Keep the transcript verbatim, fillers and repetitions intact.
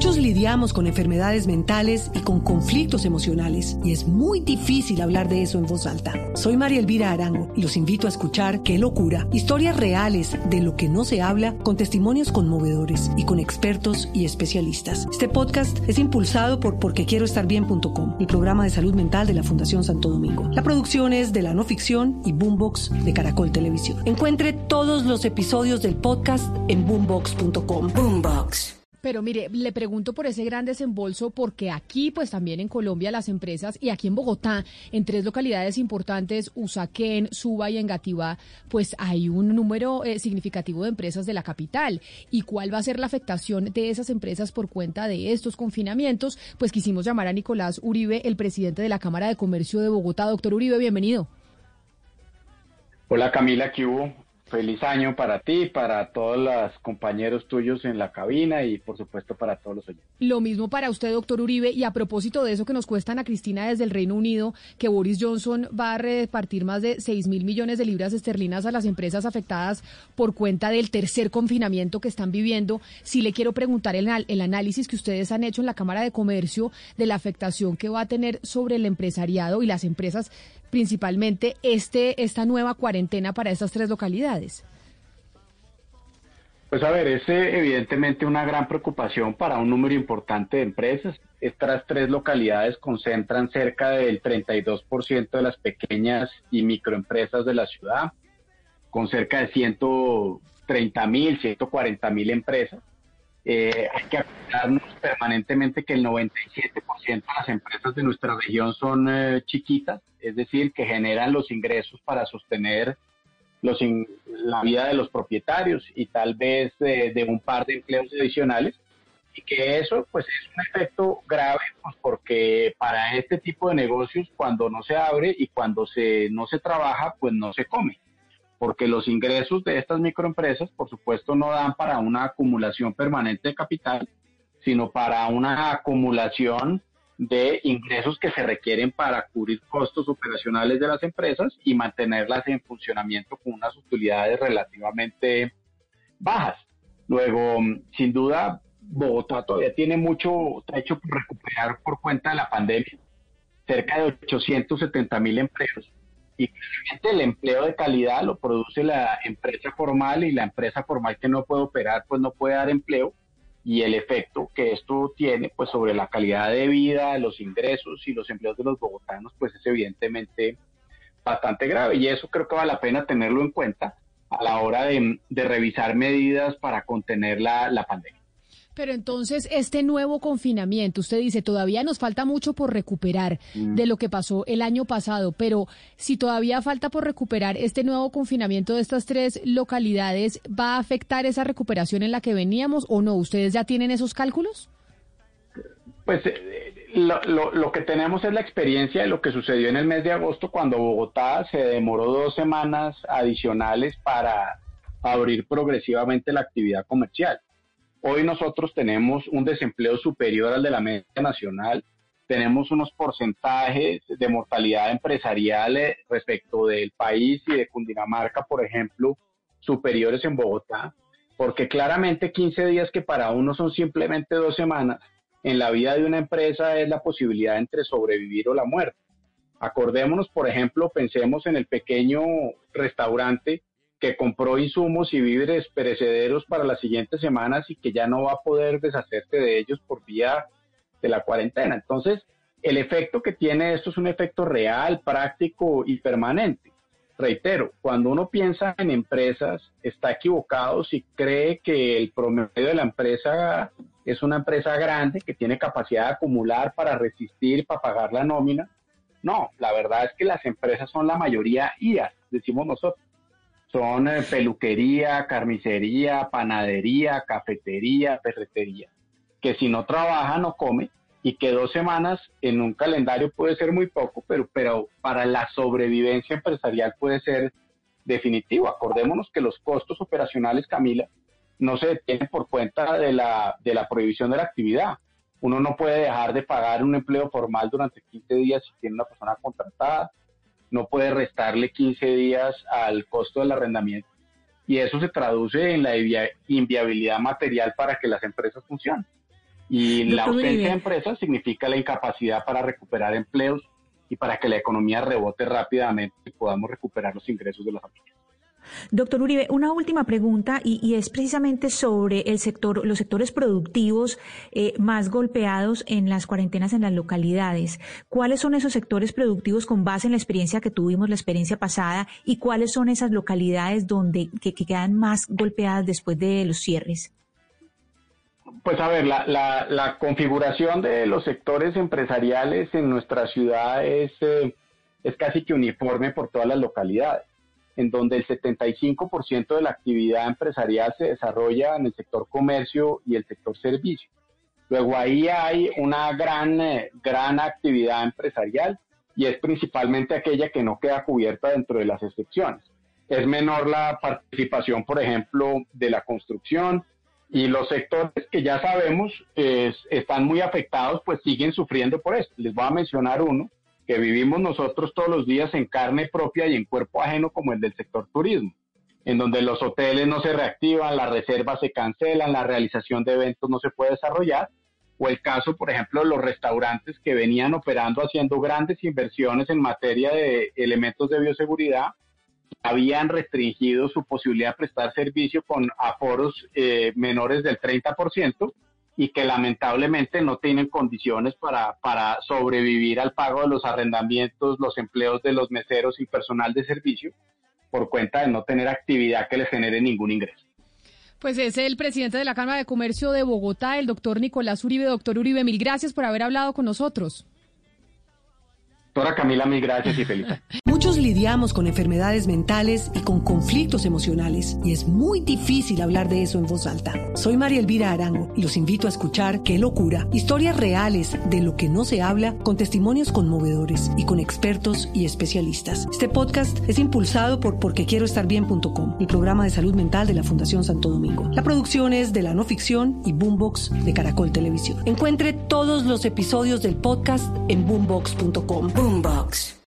Muchos lidiamos con enfermedades mentales y con conflictos emocionales, y es muy difícil hablar de eso en voz alta. Soy María Elvira Arango y los invito a escuchar Qué Locura, historias reales de lo que no se habla, con testimonios conmovedores y con expertos y especialistas. Este podcast es impulsado por porquequieroestarbien punto com, el programa de salud mental de la Fundación Santo Domingo. La producción es de La No Ficción y Boombox de Caracol Televisión. Encuentre todos los episodios del podcast en boombox punto com. Boombox. Pero mire, le pregunto por ese gran desembolso porque aquí, pues también en Colombia, las empresas, y aquí en Bogotá, en tres localidades importantes, Usaquén, Suba y Engativá, pues hay un número eh, significativo de empresas de la capital. ¿Y cuál va a ser la afectación de esas empresas por cuenta de estos confinamientos? Pues quisimos llamar a Nicolás Uribe, el presidente de la Cámara de Comercio de Bogotá. Doctor Uribe, bienvenido. Hola Camila, ¿qué hubo? Feliz año para ti, para todos los compañeros tuyos en la cabina y por supuesto para todos los oyentes. Lo mismo para usted, doctor Uribe, y a propósito de eso que nos cuestan a Cristina desde el Reino Unido, que Boris Johnson va a repartir más de seis mil millones de libras esterlinas a las empresas afectadas por cuenta del tercer confinamiento que están viviendo. Sí le quiero preguntar el, el análisis que ustedes han hecho en la Cámara de Comercio de la afectación que va a tener sobre el empresariado y las empresas, principalmente este esta nueva cuarentena para estas tres localidades. Pues a ver, es eh, evidentemente una gran preocupación para un número importante de empresas. Estas tres localidades concentran cerca del treinta y dos por ciento de las pequeñas y microempresas de la ciudad, con cerca de ciento treinta mil, ciento cuarenta mil empresas. Eh, hay que acordarnos permanentemente que el noventa y siete por ciento de las empresas de nuestra región son eh, chiquitas, es decir, que generan los ingresos para sostener los in, la vida de los propietarios y tal vez de, de un par de empleos adicionales, y que eso pues es un efecto grave, pues porque para este tipo de negocios, cuando no se abre y cuando se no se trabaja, pues no se come, porque los ingresos de estas microempresas, por supuesto, no dan para una acumulación permanente de capital, sino para una acumulación de ingresos que se requieren para cubrir costos operacionales de las empresas y mantenerlas en funcionamiento con unas utilidades relativamente bajas. Luego, sin duda, Bogotá todavía tiene mucho trecho por recuperar por cuenta de la pandemia, cerca de ochocientos setenta mil empleos. Y claramente el empleo de calidad lo produce la empresa formal, y la empresa formal que no puede operar pues no puede dar empleo, y el efecto que esto tiene pues sobre la calidad de vida, los ingresos y los empleos de los bogotanos pues es evidentemente bastante grave, y eso creo que vale la pena tenerlo en cuenta a la hora de, de revisar medidas para contener la, la pandemia. Pero entonces, este nuevo confinamiento, usted dice, todavía nos falta mucho por recuperar mm. de lo que pasó el año pasado, pero si todavía falta por recuperar, ¿este nuevo confinamiento de estas tres localidades va a afectar esa recuperación en la que veníamos o no? ¿Ustedes ya tienen esos cálculos? Pues eh, lo, lo, lo que tenemos es la experiencia de lo que sucedió en el mes de agosto, cuando Bogotá se demoró dos semanas adicionales para abrir progresivamente la actividad comercial. Hoy nosotros tenemos un desempleo superior al de la media nacional, tenemos unos porcentajes de mortalidad empresarial respecto del país y de Cundinamarca, por ejemplo, superiores en Bogotá, porque claramente quince días, que para uno son simplemente dos semanas, en la vida de una empresa es la posibilidad entre sobrevivir o la muerte. Acordémonos, por ejemplo, pensemos en el pequeño restaurante que compró insumos y víveres perecederos para las siguientes semanas y que ya no va a poder deshacerse de ellos por vía de la cuarentena. Entonces, el efecto que tiene esto es un efecto real, práctico y permanente. Reitero, cuando uno piensa en empresas, está equivocado si cree que el promedio de la empresa es una empresa grande que tiene capacidad de acumular para resistir, para pagar la nómina. No, la verdad es que las empresas son la mayoría I A S, decimos nosotros. Son eh, peluquería, carnicería, panadería, cafetería, ferretería, que si no trabaja no come, y que dos semanas en un calendario puede ser muy poco, pero, pero para la sobrevivencia empresarial puede ser definitivo. Acordémonos que los costos operacionales, Camila, no se detienen por cuenta de la, de la prohibición de la actividad. Uno no puede dejar de pagar un empleo formal durante quince días si tiene una persona contratada, no puede restarle quince días al costo del arrendamiento, y eso se traduce en la inviabilidad material para que las empresas funcionen. Y Doctor la ausencia Uribe. de empresas significa la incapacidad para recuperar empleos y para que la economía rebote rápidamente y podamos recuperar los ingresos de las familias. Doctor Uribe, una última pregunta y, y es precisamente sobre el sector, los sectores productivos eh, más golpeados en las cuarentenas en las localidades. ¿Cuáles son esos sectores productivos con base en la experiencia que tuvimos, la experiencia pasada, y cuáles son esas localidades donde que, que quedan más golpeadas después de los cierres? Pues a ver, la, la, la configuración de los sectores empresariales en nuestra ciudad es, eh, es casi que uniforme por todas las localidades, en donde el setenta y cinco por ciento de la actividad empresarial se desarrolla en el sector comercio y el sector servicio. Luego ahí hay una gran, eh, gran actividad empresarial y es principalmente aquella que no queda cubierta dentro de las excepciones. Es menor la participación, por ejemplo, de la construcción, y los sectores que ya sabemos eh, están muy afectados, pues siguen sufriendo por esto. Les voy a mencionar uno que vivimos nosotros todos los días en carne propia y en cuerpo ajeno, como el del sector turismo, en donde los hoteles no se reactivan, las reservas se cancelan, la realización de eventos no se puede desarrollar, o el caso, por ejemplo, de los restaurantes que venían operando haciendo grandes inversiones en materia de elementos de bioseguridad, habían restringido su posibilidad de prestar servicio con aforos eh, menores del treinta por ciento y que lamentablemente no tienen condiciones para, para sobrevivir al pago de los arrendamientos, los empleos de los meseros y personal de servicio por cuenta de no tener actividad que les genere ningún ingreso. Pues es el presidente de la Cámara de Comercio de Bogotá, el doctor Nicolás Uribe. Doctor Uribe, mil gracias por haber hablado con nosotros. Doctora Camila, mil gracias y feliz. Muchos lidiamos con enfermedades mentales y con conflictos emocionales y es muy difícil hablar de eso en voz alta. Soy María Elvira Arango y los invito a escuchar Qué locura, historias reales de lo que no se habla con testimonios conmovedores y con expertos y especialistas. Este podcast es impulsado por porque quiero estar bien punto com, el programa de salud mental de la Fundación Santo Domingo. La producción es de La No Ficción y Boombox de Caracol Televisión. Encuentre todos los episodios del podcast en boombox punto com. Boombox.